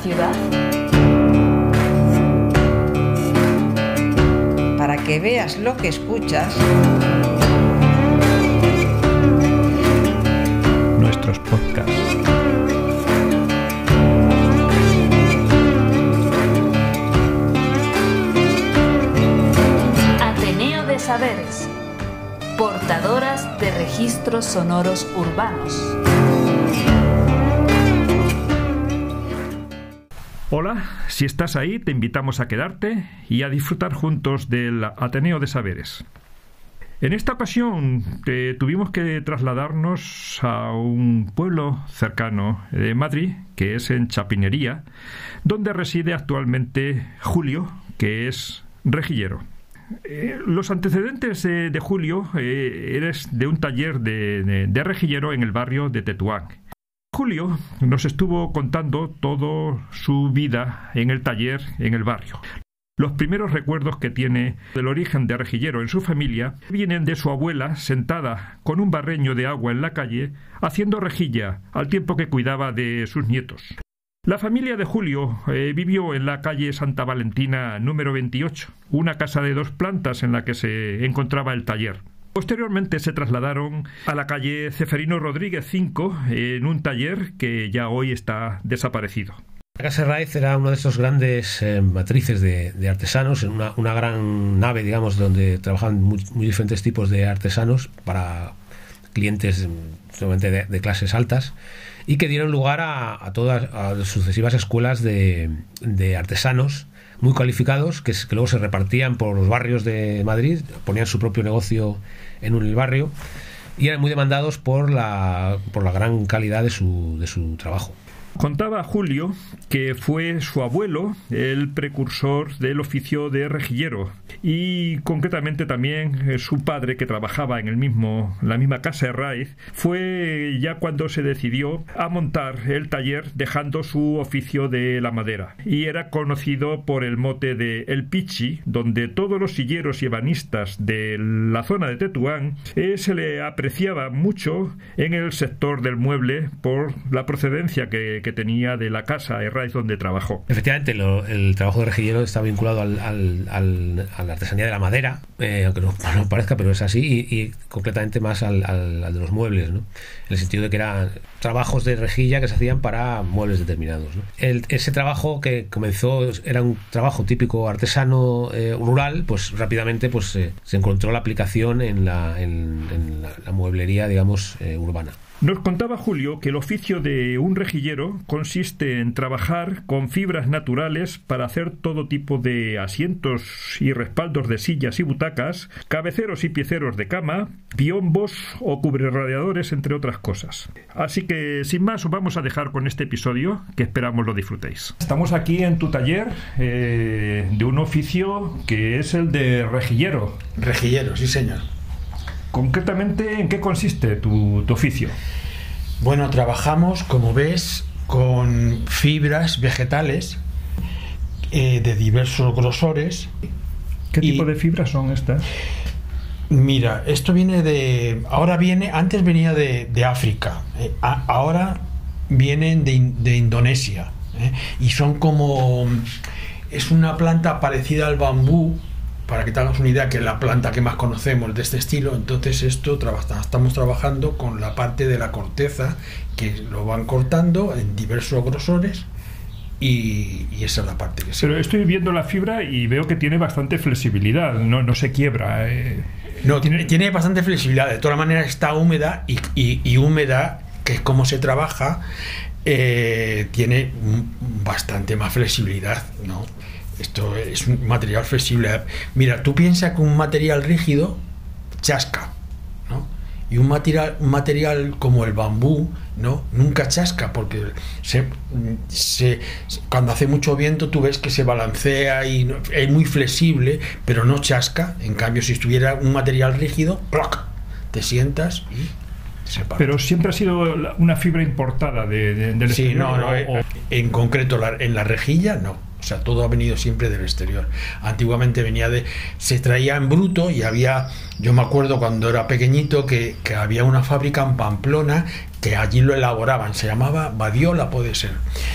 ciudad? Para que veas lo que escuchas. Nuestros podcasts. Ateneo de Saberes. Portadoras de registros sonoros urbanos. Hola, si estás ahí, te invitamos a quedarte y a disfrutar juntos del Ateneo de Saberes. En esta ocasión tuvimos que trasladarnos a un pueblo cercano de Madrid, que es en Chapinería, donde reside actualmente Julio, que es rejillero. Los antecedentes de Julio eres de un taller de rejillero en el barrio de Tetuán. Julio nos estuvo contando toda su vida en el taller, en el barrio. Los primeros recuerdos que tiene del origen de rejillero en su familia vienen de su abuela sentada con un barreño de agua en la calle haciendo rejilla al tiempo que cuidaba de sus nietos. La familia de Julio vivió en la calle Santa Valentina número 28, una casa de 2 plantas en la que se encontraba el taller. Posteriormente se trasladaron a la calle Ceferino Rodríguez 5 en un taller que ya hoy está desaparecido. La Casa Herráiz era uno de esos grandes matrices de artesanos, en una gran nave, digamos, donde trabajaban muy diferentes tipos de artesanos para clientes solamente de clases altas, y que dieron lugar a todas a sucesivas escuelas de artesanos muy cualificados que luego se repartían por los barrios de Madrid, ponían su propio negocio en el barrio y eran muy demandados por la gran calidad de su trabajo. Contaba Julio que fue su abuelo el precursor del oficio de rejillero y concretamente también su padre, que trabajaba en la misma Casa Herráiz, fue ya cuando se decidió a montar el taller dejando su oficio de la madera, y era conocido por el mote de El Pichi, donde todos los silleros y ebanistas de la zona de Tetuán se le apreciaba mucho en el sector del mueble por la procedencia que tenía de la Casa Herráiz donde trabajó. Efectivamente, el trabajo de rejillero está vinculado a la artesanía de la madera, aunque no parezca, pero es así, y concretamente más al de los muebles, ¿no? En el sentido de que eran trabajos de rejilla que se hacían para muebles determinados, ¿no? Ese trabajo que comenzó era un trabajo típico artesano rural, pues rápidamente se encontró la aplicación en la mueblería, digamos, urbana. Nos contaba Julio que el oficio de un rejillero consiste en trabajar con fibras naturales para hacer todo tipo de asientos y respaldos de sillas y butacas, cabeceros y pieceros de cama, biombos o cubrerradiadores, entre otras cosas. Así que, sin más, os vamos a dejar con este episodio, que esperamos lo disfrutéis. Estamos aquí en tu taller de un oficio que es el de rejillero. Rejillero, sí señor. Concretamente, ¿en qué consiste tu oficio? Bueno, trabajamos, como ves, con fibras vegetales de diversos grosores. ¿Qué tipo de fibras son estas? Mira, esto antes venía de África, ahora vienen de Indonesia, y son es una planta parecida al bambú, para que te hagas una idea, que es la planta que más conocemos de este estilo. Entonces estamos trabajando con la parte de la corteza, que lo van cortando en diversos grosores, y esa es la parte que se... Pero estoy viendo la fibra y veo que tiene bastante flexibilidad, no se quiebra. No, tiene bastante flexibilidad, de todas maneras está húmeda, y húmeda, que es como se trabaja, tiene bastante más flexibilidad, ¿no? Esto es un material flexible. Mira, tú piensas que un material rígido chasca, ¿no? Y un material como el bambú, ¿no? Nunca chasca, porque cuando hace mucho viento tú ves que se balancea y es muy flexible, pero no chasca. En cambio, si estuviera un material rígido, ¡plac!, te sientas y se para. Pero siempre ha sido una fibra importada del sí, exterior. En concreto en la rejilla no. O sea, todo ha venido siempre del exterior. Antiguamente se traía en bruto, y yo me acuerdo cuando era pequeñito que había una fábrica en Pamplona que allí lo elaboraban, se llamaba Badiola, puede ser.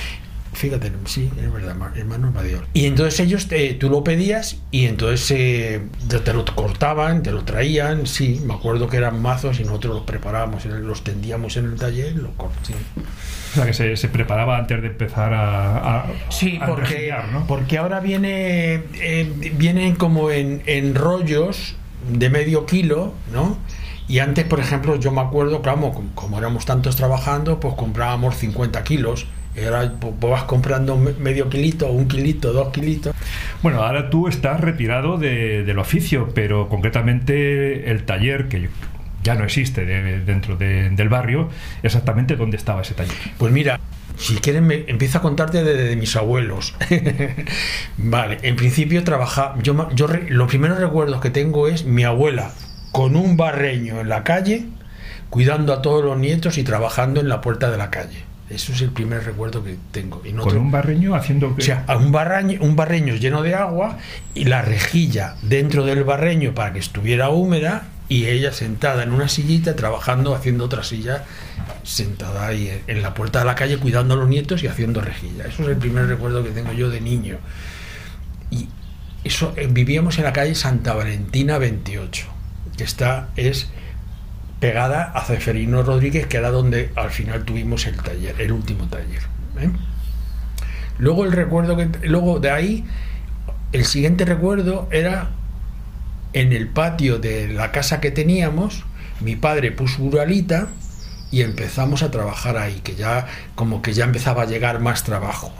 Fíjate, sí, es verdad, hermanos Badiol. Y entonces ellos, tú lo pedías y entonces te lo cortaban, te lo traían, sí, me acuerdo que eran mazos y nosotros los preparábamos, los tendíamos en el taller, los cortábamos. O sea, que se preparaba antes de empezar a rejillar, ¿no? Porque ahora vienen como en rollos de medio kilo, ¿no? Y antes, por ejemplo, yo me acuerdo, claro, como éramos tantos trabajando, pues comprábamos 50 kilos. Y ahora vas comprando medio kilito, 1 kilito, 2 kilitos. Bueno, ahora tú estás retirado del oficio, pero concretamente el taller, que ya no existe dentro del barrio, exactamente dónde estaba ese taller. Pues mira, si quieres empiezo a contarte de mis abuelos. Vale, en principio trabajaba, los primeros recuerdos que tengo es mi abuela con un barreño en la calle, cuidando a todos los nietos y trabajando en la puerta de la calle. Eso es el primer recuerdo que tengo. ¿Con un barreño haciendo qué? O sea, un barreño lleno de agua y la rejilla dentro del barreño para que estuviera húmeda y ella sentada en una sillita trabajando, haciendo otra silla, sentada ahí en la puerta de la calle cuidando a los nietos y haciendo rejilla. Eso es el primer recuerdo que tengo yo de niño. Y eso, vivíamos en la calle Santa Valentina 28, que es pegada a Ceferino Rodríguez, que era donde al final tuvimos el taller, el último taller. Luego luego de ahí, el siguiente recuerdo era en el patio de la casa que teníamos. Mi padre puso uralita y empezamos a trabajar ahí, que ya empezaba a llegar más trabajo.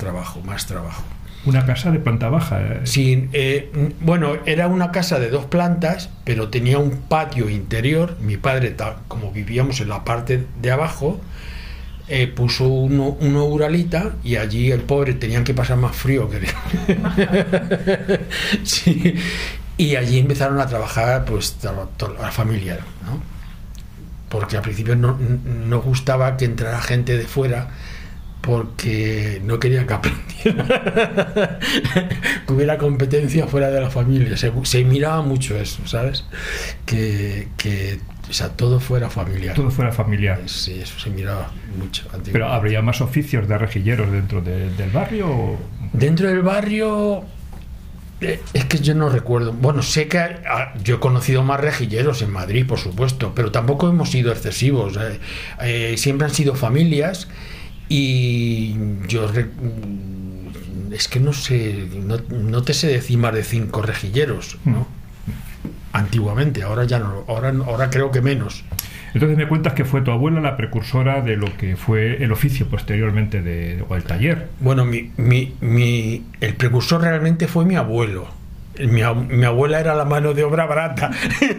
Una casa de planta baja. Sí, bueno, era una casa de 2 plantas, pero tenía un patio interior. Mi padre, como vivíamos en la parte de abajo, puso una uralita y allí el pobre tenían que pasar más frío que sí, y allí empezaron a trabajar pues toda la familia, ¿no? Porque al principio no gustaba que entrara gente de fuera, porque no quería que aprendiera, que hubiera competencia fuera de la familia. Se miraba mucho eso, ¿sabes? Que o sea, todo fuera familiar. Todo fuera familiar. Sí, eso se miraba mucho. ¿Pero habría más oficios de rejilleros dentro del barrio? ¿O? Dentro del barrio, es que yo no recuerdo. Bueno, sé que yo he conocido más rejilleros en Madrid, por supuesto, pero tampoco hemos sido excesivos. Siempre han sido familias. Y yo es que no sé, no te sé decir más de 5 rejilleros, ¿no? Antiguamente, ahora ya no, ahora creo que menos. Entonces me cuentas que fue tu abuela la precursora de lo que fue el oficio posteriormente o el taller. Bueno, el precursor realmente fue mi abuelo. Mi abuela era la mano de obra barata.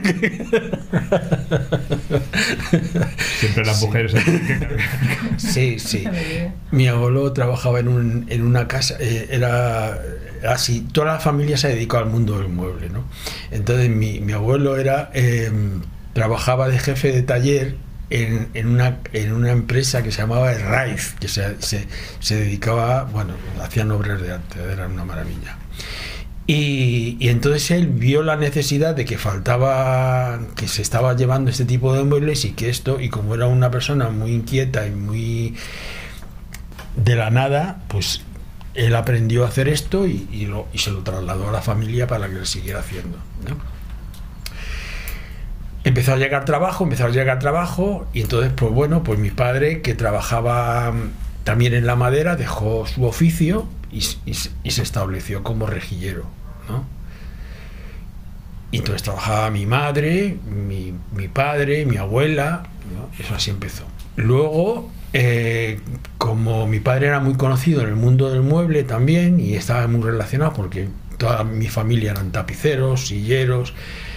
Siempre las mujeres. Sí. Mi abuelo trabajaba en una casa, era así, toda la familia se dedicó al mundo del mueble, ¿no? Entonces mi abuelo trabajaba de jefe de taller en una empresa que se llamaba el Raiz, que se dedicaba, bueno, hacían obras de arte, era una maravilla. Y entonces él vio la necesidad de que se estaba llevando este tipo de muebles y como era una persona muy inquieta y muy de la nada, pues él aprendió a hacer esto y se lo trasladó a la familia para que lo siguiera haciendo, ¿no? Empezó a llegar trabajo y entonces, pues bueno, pues mi padre, que trabajaba también en la madera, dejó su oficio y se estableció como rejillero, ¿no? Y entonces trabajaba mi madre, mi padre, mi abuela, ¿no? Eso así empezó. Luego, como mi padre era muy conocido en el mundo del mueble también y estaba muy relacionado porque toda mi familia eran tapiceros, silleros,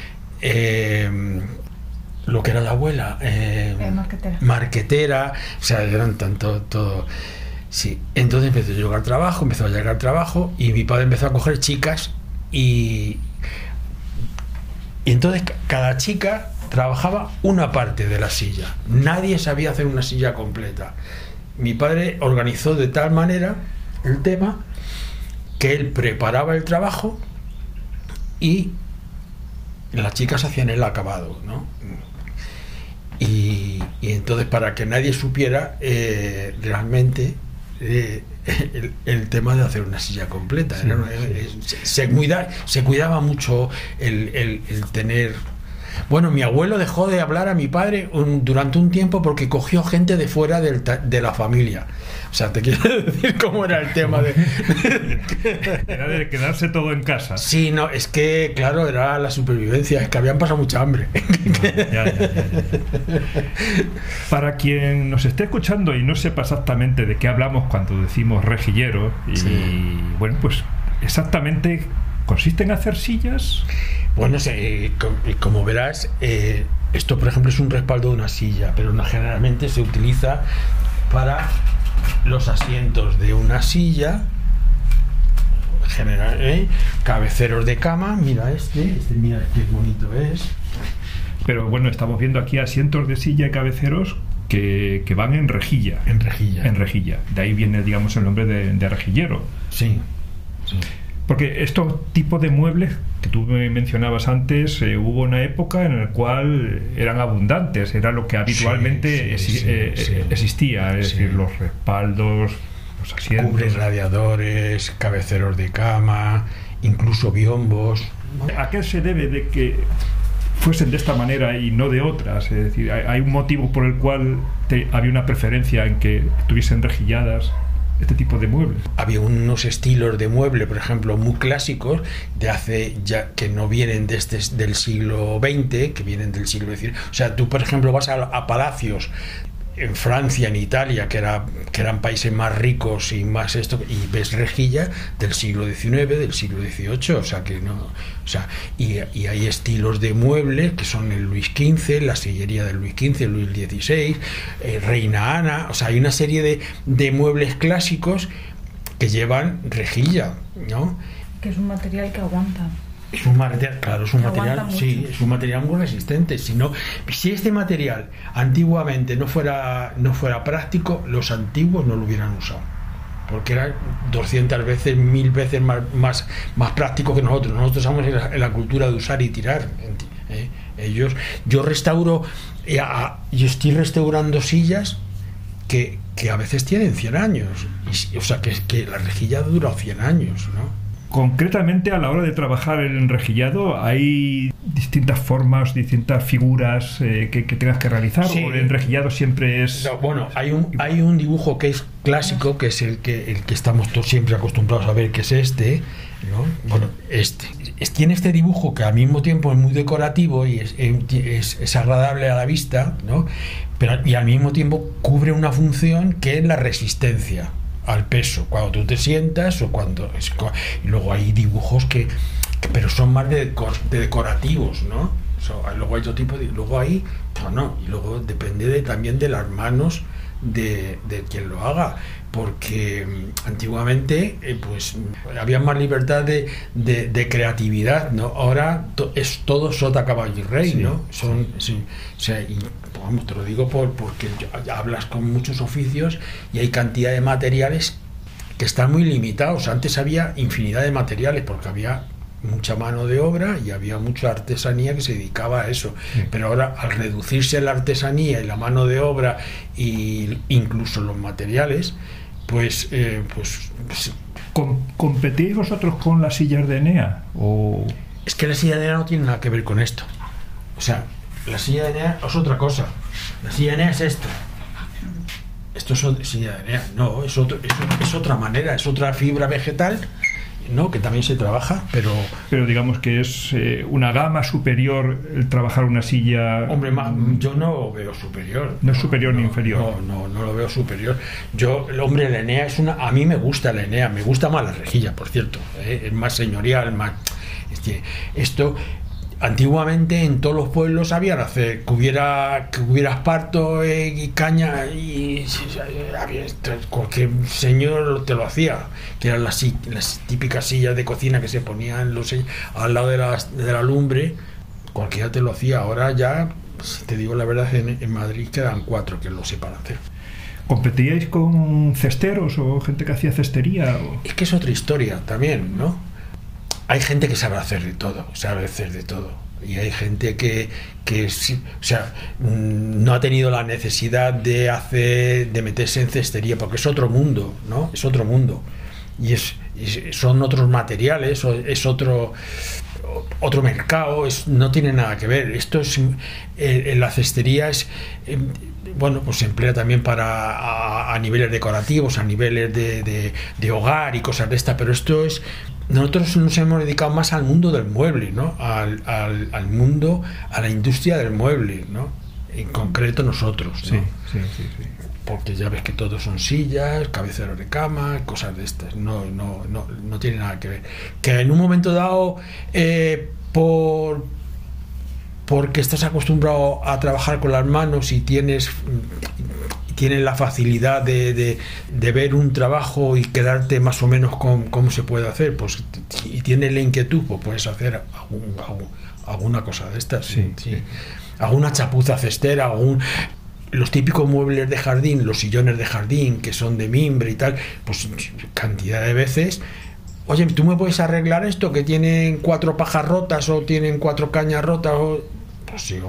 lo que era la abuela, marquetera, o sea, eran tanto todo. Sí, entonces empezó a llegar trabajo y mi padre empezó a coger chicas y entonces cada chica trabajaba una parte de la silla. Nadie sabía hacer una silla completa. Mi padre organizó de tal manera el tema que él preparaba el trabajo y las chicas hacían el acabado, ¿no? Y entonces, para que nadie supiera realmente el tema de hacer una silla completa. Se cuidaba mucho el tener... Bueno, mi abuelo dejó de hablar a mi padre durante un tiempo porque cogió gente de fuera de la familia. O sea, te quiero decir cómo era el tema de... Era de quedarse todo en casa. Sí, no, es que, claro, era la supervivencia, es que habían pasado mucha hambre. Ya. Para quien nos esté escuchando y no sepa exactamente de qué hablamos cuando decimos rejillero, bueno, pues exactamente consiste en hacer sillas. Bueno, como verás, esto por ejemplo es un respaldo de una silla, pero generalmente se utiliza para los asientos de una silla, cabeceros de cama. Mira mira qué bonito es. Pero bueno, estamos viendo aquí asientos de silla y cabeceros que van en rejilla. En rejilla. De ahí viene, digamos, el nombre de rejillero. Sí. Porque estos tipos de muebles que tú me mencionabas antes, hubo una época en la cual eran abundantes, era lo que habitualmente existía, es decir, los respaldos, los asientos, cubres, radiadores, cabeceros de cama, incluso biombos. ¿A qué se debe de que fuesen de esta manera y no de otras? Es decir, ¿hay un motivo por el cual había una preferencia en que tuviesen rejilladas este tipo de muebles? Había unos estilos de mueble, por ejemplo, muy clásicos, que no vienen del siglo XX, que vienen del siglo XIX. O sea, tú, por ejemplo, vas a palacios en Francia, en Italia, que eran países más ricos y más y ves rejilla del siglo XIX, del siglo XVIII, o sea que no, o sea, y hay estilos de muebles que son el Luis XV, la sillería del Luis XV, Luis XVI, Reina Ana, o sea, hay una serie de muebles clásicos que llevan rejilla, ¿no? Que es un material que aguanta. Es un material, claro, es un material muy resistente. Si este material antiguamente no fuera práctico, los antiguos no lo hubieran usado, porque era 200 veces, 1000 veces más práctico que nosotros. Nosotros estamos en la cultura de usar y tirar. Yo estoy restaurando sillas que a veces tienen 100 años, o sea que la rejilla ha durado 100 años, ¿no? Concretamente, a la hora de trabajar el enrejillado, ¿hay distintas formas, distintas figuras que tengas que realizar? Sí. ¿O el enrejillado siempre es...? No, bueno, hay un dibujo que es clásico, que es el que estamos todos siempre acostumbrados a ver, que es este, ¿no? Bueno, tiene este dibujo que al mismo tiempo es muy decorativo y es agradable a la vista, ¿no? Y al mismo tiempo cubre una función que es la resistencia al peso, cuando tú te sientas o y luego hay dibujos que pero son más de decorativos, ¿no? Luego hay otro tipo y luego depende también de las manos de quien lo haga, porque antiguamente pues había más libertad de creatividad, ¿no? Ahora es todo sota, caballo y rey, ¿no? Vamos, te lo digo porque hablas con muchos oficios y hay cantidad de materiales que están muy limitados. Antes había infinidad de materiales porque había mucha mano de obra y había mucha artesanía que se dedicaba a eso, pero ahora, al reducirse la artesanía y la mano de obra e incluso los materiales, pues ¿competíais vosotros con las sillas de Enea? ¿O...? Es que la silla de Enea no tiene nada que ver con esto. O sea, la silla de Enea es otra cosa. La silla de Enea es esto. Esto es silla de Enea. No, es otra manera, es otra fibra vegetal, ¿no? Que también se trabaja, pero digamos que es una gama superior el trabajar una silla. Hombre, yo no lo veo superior. No es superior ni inferior. No lo veo superior. La Enea a mí me gusta la Enea, me gusta más la rejilla, por cierto, es más señorial, más. Esto antiguamente en todos los pueblos había que hubiera esparto y caña, y cualquier señor te lo hacía, que eran las típicas sillas de cocina que se ponían al lado de la lumbre. Cualquiera te lo hacía. Ahora ya, si te digo la verdad, en Madrid quedan 4 que lo sepan hacer. ¿Competíais con cesteros o gente que hacía cestería? Es que es otra historia también, ¿no? Hay gente que sabe hacer de todo, Y hay gente que o sea, no ha tenido la necesidad de meterse en cestería, porque es otro mundo, ¿no? Es otro mundo. Y son otros materiales, es otro mercado, no tiene nada que ver. Esto es la cestería es bueno, pues se emplea también a niveles decorativos, a niveles de hogar y cosas de estas, pero esto es, nosotros nos hemos dedicado más al mundo del mueble, ¿no? Al mundo, a la industria del mueble, ¿no? En concreto nosotros, ¿no? Sí. Porque ya ves que todos son sillas, cabeceros de cama, cosas de estas. No tiene nada que ver. Que en un momento dado, porque estás acostumbrado a trabajar con las manos y tienes la facilidad de ver un trabajo y quedarte más o menos con cómo se puede hacer, pues, y tienes la inquietud, pues puedes hacer alguna cosa de estas. Sí. Alguna chapuza cestera, los típicos muebles de jardín, los sillones de jardín que son de mimbre y tal, pues cantidad de veces. Oye, ¿tú me puedes arreglar esto que tienen 4 pajas rotas o tienen 4 cañas rotas? Pues sí,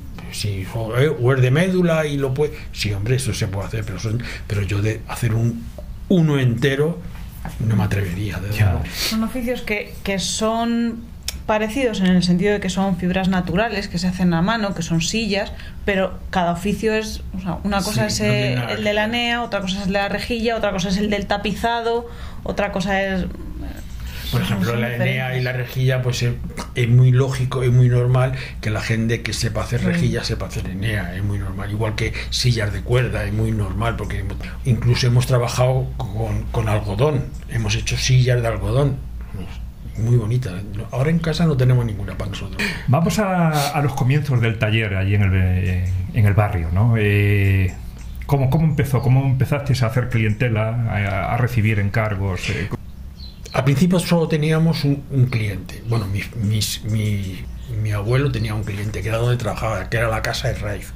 o es de médula y lo puede. Sí, hombre, eso se puede hacer, pero yo de hacer uno entero no me atrevería. Son oficios que son parecidos en el sentido de que son fibras naturales que se hacen a mano, que son sillas, pero cada oficio es, o sea, una cosa es el de la NEA, otra cosa es el de la rejilla, otra cosa es el del tapizado, otra cosa es, por ejemplo, la NEA y la rejilla, pues es muy lógico, es muy normal que la gente que sepa hacer rejilla sepa hacer NEA, es muy normal, igual que sillas de cuerda, es muy normal, porque incluso hemos trabajado con algodón, hemos hecho sillas de algodón muy bonita. Ahora en casa no tenemos ninguna para nosotros. Vamos a los comienzos del taller allí en el barrio, ¿no? ¿Cómo empezó? ¿Cómo empezaste a hacer clientela, a recibir encargos? Al principio solo teníamos un cliente. Bueno, mi abuelo tenía un cliente que era donde trabajaba, que era la Casa de Raíz.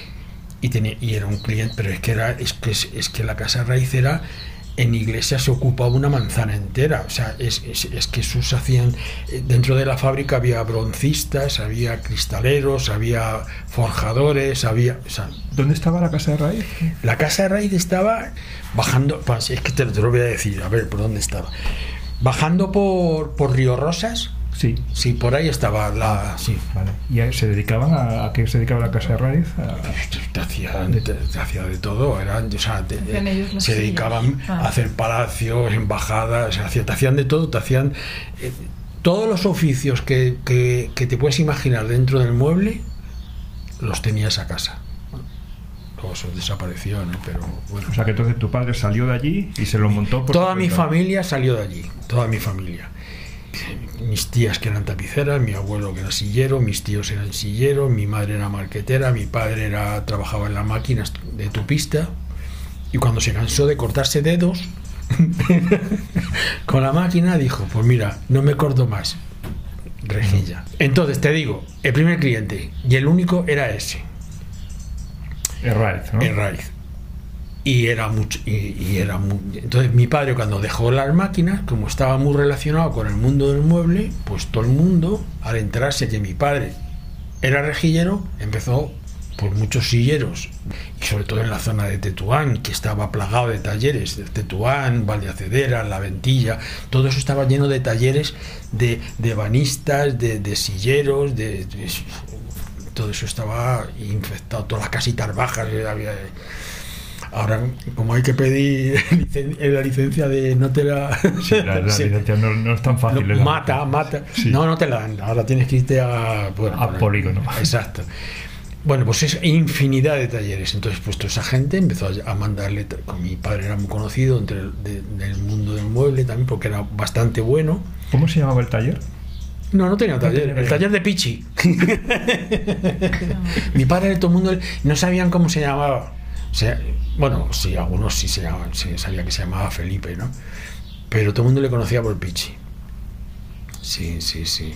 Y era un cliente, pero es que la Casa de Raíz era, en Iglesia se ocupaba una manzana entera. O sea, es que esos hacían, dentro de la fábrica había broncistas, había cristaleros, había forjadores, había, o sea, ¿dónde estaba la Casa de Raíz? La Casa de Raíz estaba bajando, pues es que te lo voy a decir, a ver por dónde estaba. Bajando por Río Rosas. Sí, por ahí estaba sí. Vale. ¿Y se dedicaban a qué se dedicaba la Casa de Raíz? Te hacía de todo. Se dedicaban a hacer palacios, embajadas, te hacían de todo, te hacían todos los oficios que te puedes imaginar dentro del mueble, los tenía esa casa. Luego eso desapareció, ¿no? Pero bueno. O sea que entonces tu padre salió de allí y se lo montó por toda mi familia salió de allí, toda mi familia. Mis tías que eran tapiceras, mi abuelo que era sillero, mis tíos eran silleros, mi madre era marquetera, mi padre trabajaba en las máquinas de tupista, y cuando se cansó de cortarse dedos con la máquina dijo, pues mira, no me corto más, rejilla. Entonces te digo, el primer cliente y el único era ese, el Raíz, ¿no? El Raíz. Y era mucho, entonces mi padre, cuando dejó las máquinas, como estaba muy relacionado con el mundo del mueble, pues todo el mundo, al enterarse que mi padre era rejillero, empezó por muchos silleros, y sobre todo en la zona de Tetuán, que estaba plagado de talleres, de Tetuán, Valdeacedera, La Ventilla, todo eso estaba lleno de talleres de banistas, de silleros, todo eso estaba infectado, todas las casitas bajas había. Ahora, como hay que pedir la licencia de no te la... Sí, la licencia no es tan fácil. Mata. Sí. No te la dan. Ahora tienes que irte a polígono. Exacto. Bueno, pues es infinidad de talleres. Entonces, pues toda esa gente empezó a mandarle... Mi padre era muy conocido del mundo del mueble también, porque era bastante bueno. ¿Cómo se llamaba el taller? No tenía taller. El taller de Pichi. Mi padre, todo el mundo no sabían cómo se llamaba. O sea, bueno, sí, algunos sí se llamaban, sí, sabía que se llamaba Felipe, ¿no? Pero todo el mundo le conocía por Pichi. Sí.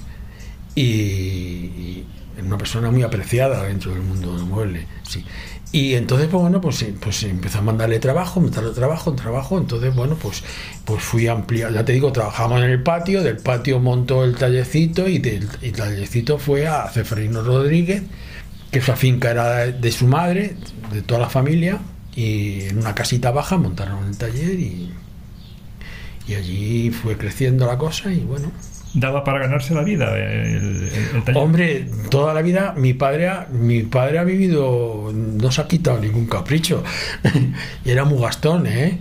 Y una persona muy apreciada dentro del mundo del mueble, sí. Y entonces, pues bueno, pues empezó a mandarle trabajo, entonces, bueno, pues fui ampliando, ya te digo, trabajamos en el patio, del patio montó el tallercito y el tallercito fue a Ceferino Rodríguez, que esa finca era de su madre, de toda la familia, y en una casita baja montaron el taller y allí fue creciendo la cosa y bueno. ¿Daba para ganarse la vida el taller? Hombre, toda la vida mi padre ha vivido, no se ha quitado ningún capricho y era muy gastón, ¿eh?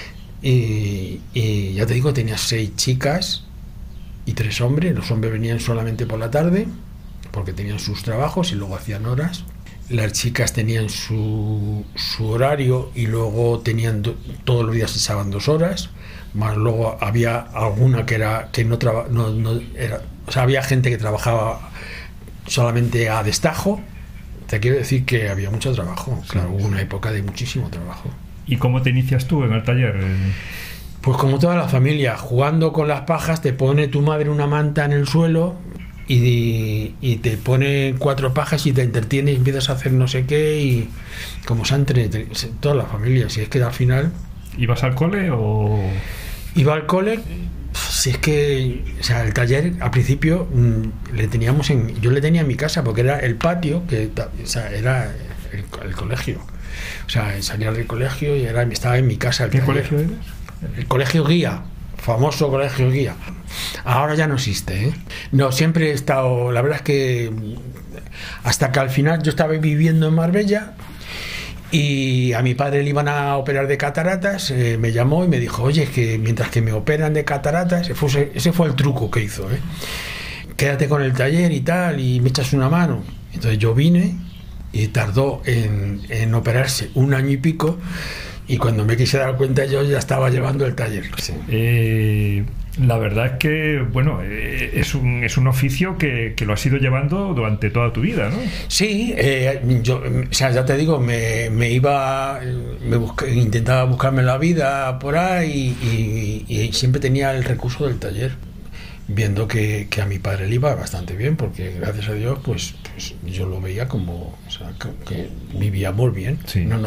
Y ya te digo, tenía 6 chicas y 3 hombres. Los hombres venían solamente por la tarde porque tenían sus trabajos y luego hacían horas. Las chicas tenían su horario y luego tenían todos los días se echaban 2 horas, más luego había alguna que no era, o sea, había gente que trabajaba solamente a destajo. Te quiero decir que había mucho trabajo, claro, hubo una época de muchísimo trabajo. ¿Y cómo te inicias tú en el taller? Pues como toda la familia, jugando con las pajas, te pone tu madre una manta en el suelo y te pone 4 pajas y te entretienes y empiezas a hacer no sé qué, y como se entretiene toda la familia. Si es que al final... ¿Ibas al cole o...? Iba al cole, si es que, o sea, el taller al principio yo le tenía en mi casa porque era el patio, o sea, era el colegio. O sea, salía del colegio y estaba en mi casa el ¿Qué taller. colegio eres? El colegio Guía, famoso colegio Guía. Ahora ya no existe, ¿eh? No, siempre he estado, la verdad es que hasta que al final yo estaba viviendo en Marbella y a mi padre le iban a operar de cataratas, me llamó y me dijo, oye, es que mientras que me operan de cataratas, ese fue el truco que hizo, quédate con el taller y tal y me echas una mano. Entonces yo vine y tardó en operarse 1 año y pico, y cuando me quise dar cuenta yo ya estaba llevando el taller. Sí. La verdad es que, bueno, es un oficio que lo has ido llevando durante toda tu vida, ¿no? Sí, yo, o sea, ya te digo, intentaba buscarme la vida por ahí y siempre tenía el recurso del taller, viendo que a mi padre le iba bastante bien, porque gracias a Dios, pues yo lo veía como, o sea, que vivíamos bien. Sí, no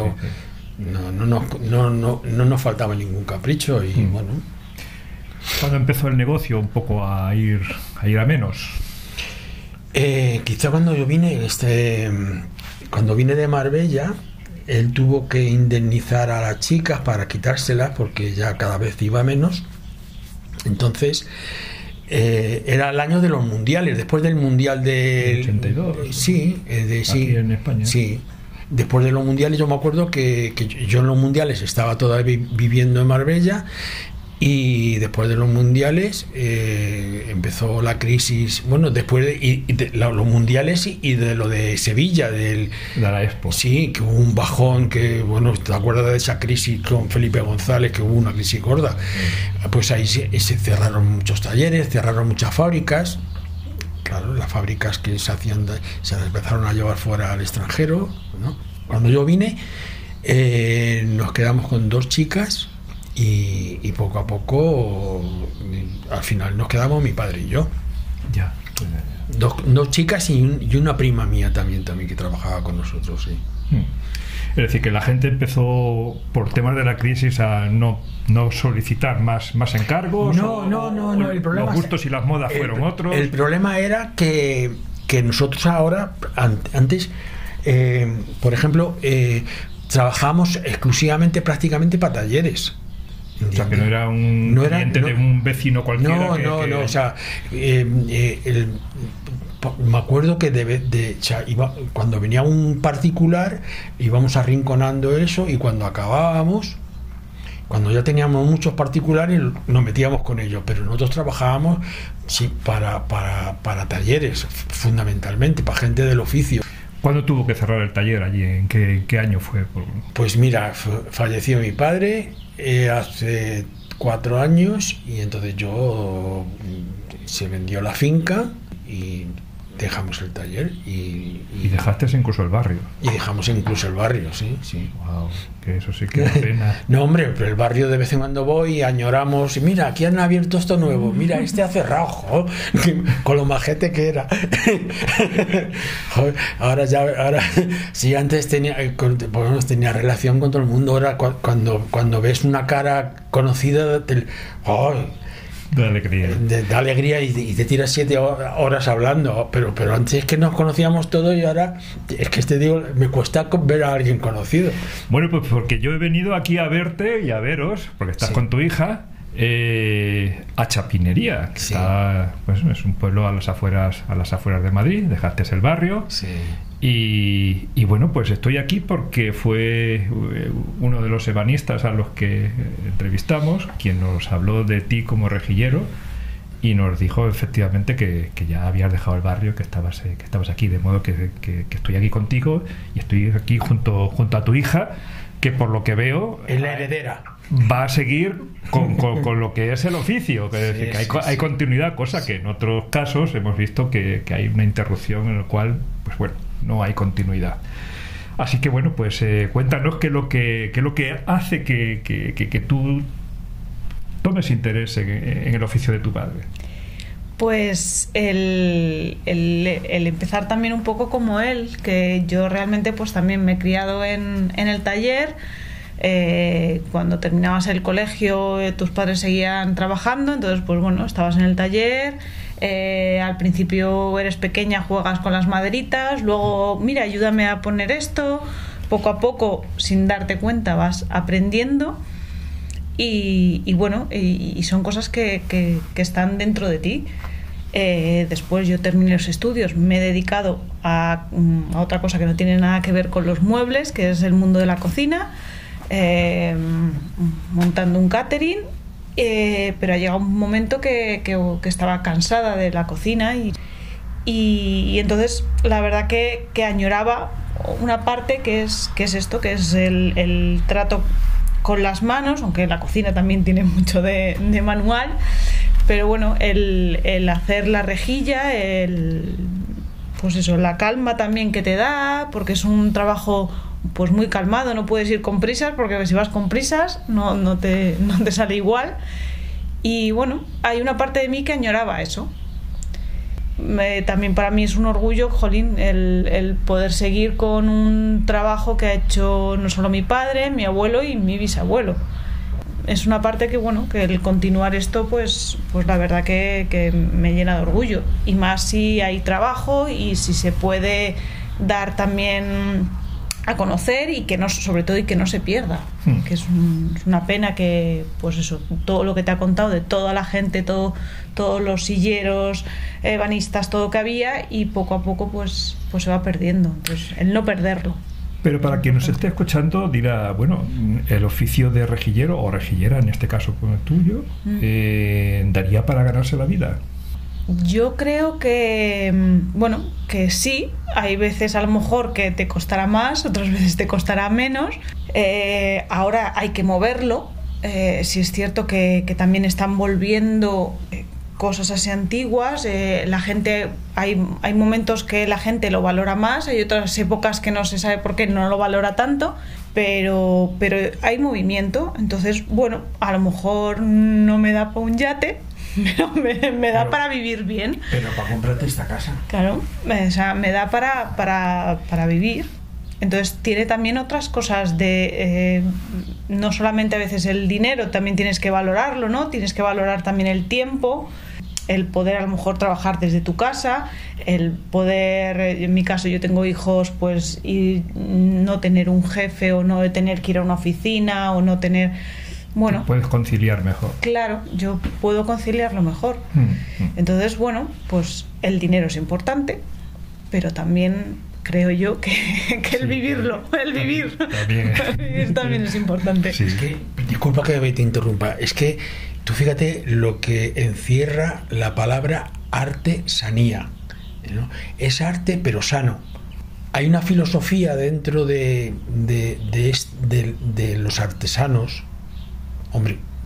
nos faltaba ningún capricho y bueno. ¿Cuándo empezó el negocio un poco a ir a menos? Quizá cuando yo vine, cuando vine de Marbella, él tuvo que indemnizar a las chicas para quitárselas porque ya cada vez iba menos. Entonces era el año de los mundiales, después del mundial del 82. Sí, aquí en España. Sí. Después de los mundiales, yo me acuerdo que yo en los mundiales estaba todavía viviendo en Marbella. Y después de los mundiales empezó la crisis, bueno, después de los mundiales y de lo de Sevilla, de la Expo. Sí, que hubo un bajón, que bueno, ¿te acuerdas de esa crisis con Felipe González, que hubo una crisis gorda? Pues ahí se cerraron muchos talleres, cerraron muchas fábricas. Claro, las fábricas que se las empezaron a llevar fuera al extranjero, ¿no? Cuando yo vine, nos quedamos con 2 chicas. Y poco a poco al final nos quedamos mi padre y yo. Ya. 2 chicas y una prima mía también que trabajaba con nosotros, sí. Es decir, que la gente empezó por temas de la crisis a no solicitar más encargos. No, el problema, los gustos y las modas fueron otros. El problema era que nosotros ahora, antes, por ejemplo, trabajamos exclusivamente práticamente para talleres. O sea, que no era un cliente de un vecino cualquiera. No, o sea, me acuerdo que o sea, cuando venía un particular íbamos arrinconando eso, y cuando acabábamos, cuando ya teníamos muchos particulares, nos metíamos con ellos, pero nosotros trabajábamos para talleres, fundamentalmente, para gente del oficio. ¿Cuándo tuvo que cerrar el taller allí? ¿En qué año fue? Pues mira, falleció mi padre hace 4 años, y entonces se vendió la finca y dejamos el taller y dejaste incluso el barrio. Y dejamos incluso el barrio, sí. Wow, que eso sí que es pena. No, hombre, pero el barrio de vez en cuando voy y añoramos, y mira, aquí han abierto esto nuevo, mira, este ha cerrado, joder, con lo majete que era. Joder, ahora si antes tenía relación con todo el mundo, ahora cuando ves una cara conocida, de alegría. De alegría y te tiras 7 horas hablando, pero antes es que nos conocíamos todos y ahora es que te digo, me cuesta ver a alguien conocido. Bueno, pues porque yo he venido aquí a verte y a veros, porque estás con tu hija, a Chapinería, que está, pues, es un pueblo a las afueras de Madrid. Dejaste el barrio. Sí. Y bueno, pues estoy aquí porque fue uno de los ebanistas a los que entrevistamos quien nos habló de ti como rejillero y nos dijo efectivamente que ya habías dejado el barrio, que estabas aquí, de modo que estoy aquí contigo y estoy aquí junto a tu hija, que por lo que veo es la heredera, va a seguir con lo que es el oficio, que hay continuidad, cosa que en otros casos hemos visto que hay una interrupción en el cual, pues bueno, no hay continuidad. Así que bueno, pues cuéntanos qué es lo que hace que tú tomes interés en el oficio de tu padre. Pues el empezar también un poco como él, que yo realmente pues también me he criado en el taller. Cuando terminabas el colegio tus padres seguían trabajando, entonces pues bueno, estabas en el taller. Al principio eres pequeña, juegas con las maderitas, luego mira, ayúdame a poner esto, poco a poco sin darte cuenta vas aprendiendo y bueno, y son cosas que están dentro de ti. Después yo terminé los estudios, me he dedicado a otra cosa que no tiene nada que ver con los muebles, que es el mundo de la cocina, montando un catering. Pero ha llegado un momento que estaba cansada de la cocina y entonces la verdad que añoraba una parte que es esto, que es el trato con las manos, aunque la cocina también tiene mucho de manual, pero bueno, el hacer la rejilla, pues eso, la calma también que te da, porque es un trabajo pues muy calmado, no puedes ir con prisas porque si vas con prisas no te sale igual. Y bueno, hay una parte de mí que añoraba eso. También para mí es un orgullo, jolín, el poder seguir con un trabajo que ha hecho no solo mi padre, mi abuelo y mi bisabuelo. Es una parte que bueno, que el continuar esto pues la verdad que me llena de orgullo, y más si hay trabajo y si se puede dar también a conocer y que no, sobre todo, y que no se pierda, que es una pena que pues eso, todo lo que te ha contado de toda la gente, todos los silleros, ebanistas, todo que había, y poco a poco pues se va perdiendo, entonces el no perderlo. Pero para quien nos esté escuchando dirá, bueno, el oficio de rejillero o rejillera, en este caso como el tuyo, ¿daría para ganarse la vida? Yo creo que, bueno, que sí. Hay veces a lo mejor que te costará más, otras veces te costará menos. Ahora hay que moverlo. Sí es cierto que también están volviendo cosas así antiguas. La gente, hay momentos que la gente lo valora más, hay otras épocas que no se sabe por qué no lo valora tanto, pero hay movimiento. Entonces, bueno, a lo mejor no me da para un yate, pero me da para vivir bien. Pero para comprarte esta casa. Claro, o sea, me da para vivir. Entonces tiene también otras cosas de no solamente a veces el dinero, también tienes que valorarlo, ¿no? Tienes que valorar también el tiempo, el poder a lo mejor trabajar desde tu casa, el poder, en mi caso yo tengo hijos, pues, y no tener un jefe, o no tener que ir a una oficina, o no tener... Bueno, puedes conciliar mejor. Claro, yo puedo conciliarlo mejor. Entonces, bueno, pues el dinero es importante, pero también creo yo que el vivirlo, el vivir también es importante. Sí. Es que, disculpa que te interrumpa, es que tú fíjate lo que encierra la palabra artesanía, ¿no? Es arte pero sano. Hay una filosofía dentro de los artesanos. Hombre,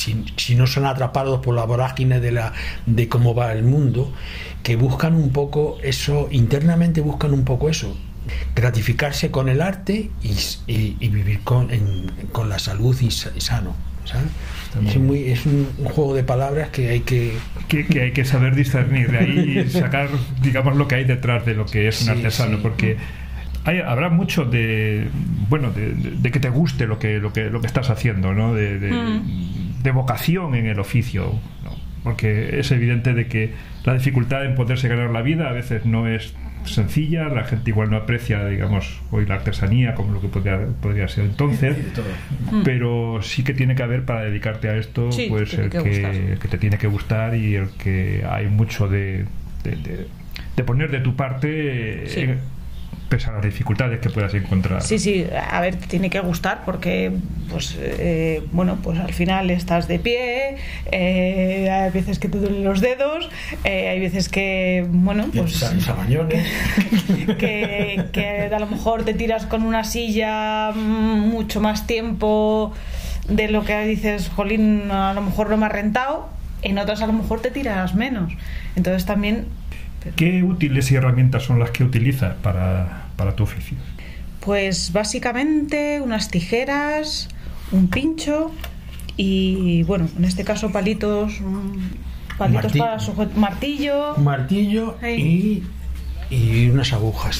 si no son atrapados por la vorágine de cómo va el mundo, que buscan un poco eso, internamente buscan un poco eso, gratificarse con el arte y vivir con la salud y sano, ¿sabes? Es un juego de palabras que hay que saber discernir de ahí y sacar, digamos, lo que hay detrás de lo que es un artesano, porque habrá mucho de que te guste lo que estás haciendo, ¿no? De vocación en el oficio, ¿no? Porque es evidente de que la dificultad en poderse ganar la vida a veces no es sencilla, la gente igual no aprecia, digamos, hoy la artesanía como lo que podría ser entonces, pero sí que tiene que haber, para dedicarte a esto, pues el que te tiene que gustar y el que hay mucho de poner de tu parte, pese a las dificultades que puedas encontrar. Sí, a ver, te tiene que gustar porque pues al final estás de pie, hay veces que te duelen los dedos, hay veces que que a lo mejor te tiras con una silla mucho más tiempo de lo que dices, jolín, a lo mejor no me ha rentado, en otras a lo mejor te tiras menos, entonces también. ¿Qué útiles y herramientas son las que utilizas para tu oficio? Pues básicamente unas tijeras, un pincho y, bueno, en este caso palitos para sujetar, martillo. Un martillo y unas agujas.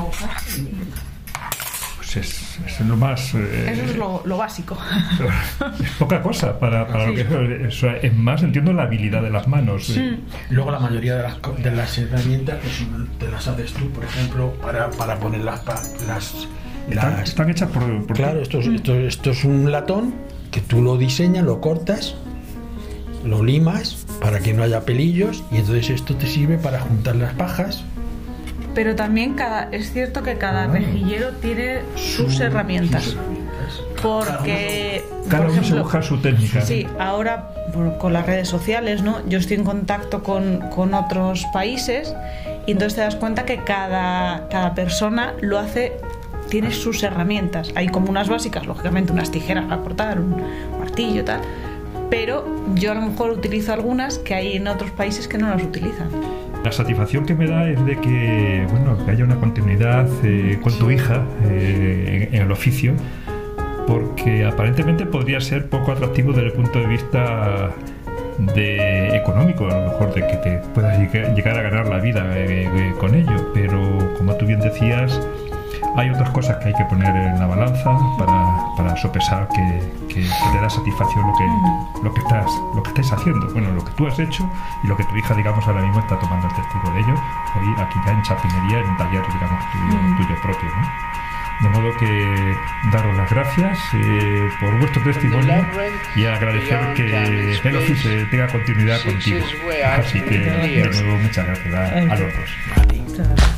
Pues es lo más... eso es lo básico. Es poca cosa para lo que es más, entiendo, la habilidad de las manos. Luego la mayoría de las herramientas te las haces tú, por ejemplo, para poner las están hechas por claro, esto es un latón que tú lo diseñas, lo cortas, lo limas para que no haya pelillos, y entonces esto te sirve para juntar las pajas. Pero también es cierto que cada rejillero tiene sus herramientas. Porque cada uno se busca su técnica. Sí, ahora con las redes sociales, ¿no? Yo estoy en contacto con otros países y entonces te das cuenta que cada persona lo hace, tiene sus herramientas. Hay como unas básicas, lógicamente unas tijeras para cortar, un martillo, tal. Pero yo a lo mejor utilizo algunas que hay en otros países que no las utilizan. La satisfacción que me da es de que haya una continuidad con tu hija en el oficio, porque aparentemente podría ser poco atractivo desde el punto de vista económico, a lo mejor de que te puedas llegar a ganar la vida con ello, pero como tú bien decías, hay otras cosas que hay que poner en la balanza para sopesar que te da satisfacción lo que estáis haciendo, lo que tú has hecho y lo que tu hija, digamos, ahora mismo está tomando el testigo de ello, hoy aquí ya en Chapinería, en un taller, digamos, tuyo propio, ¿no? De modo que daros las gracias por vuestro testimonio y agradecer que el oficio tenga continuidad contigo. Así que, de nuevo, muchas gracias a los dos.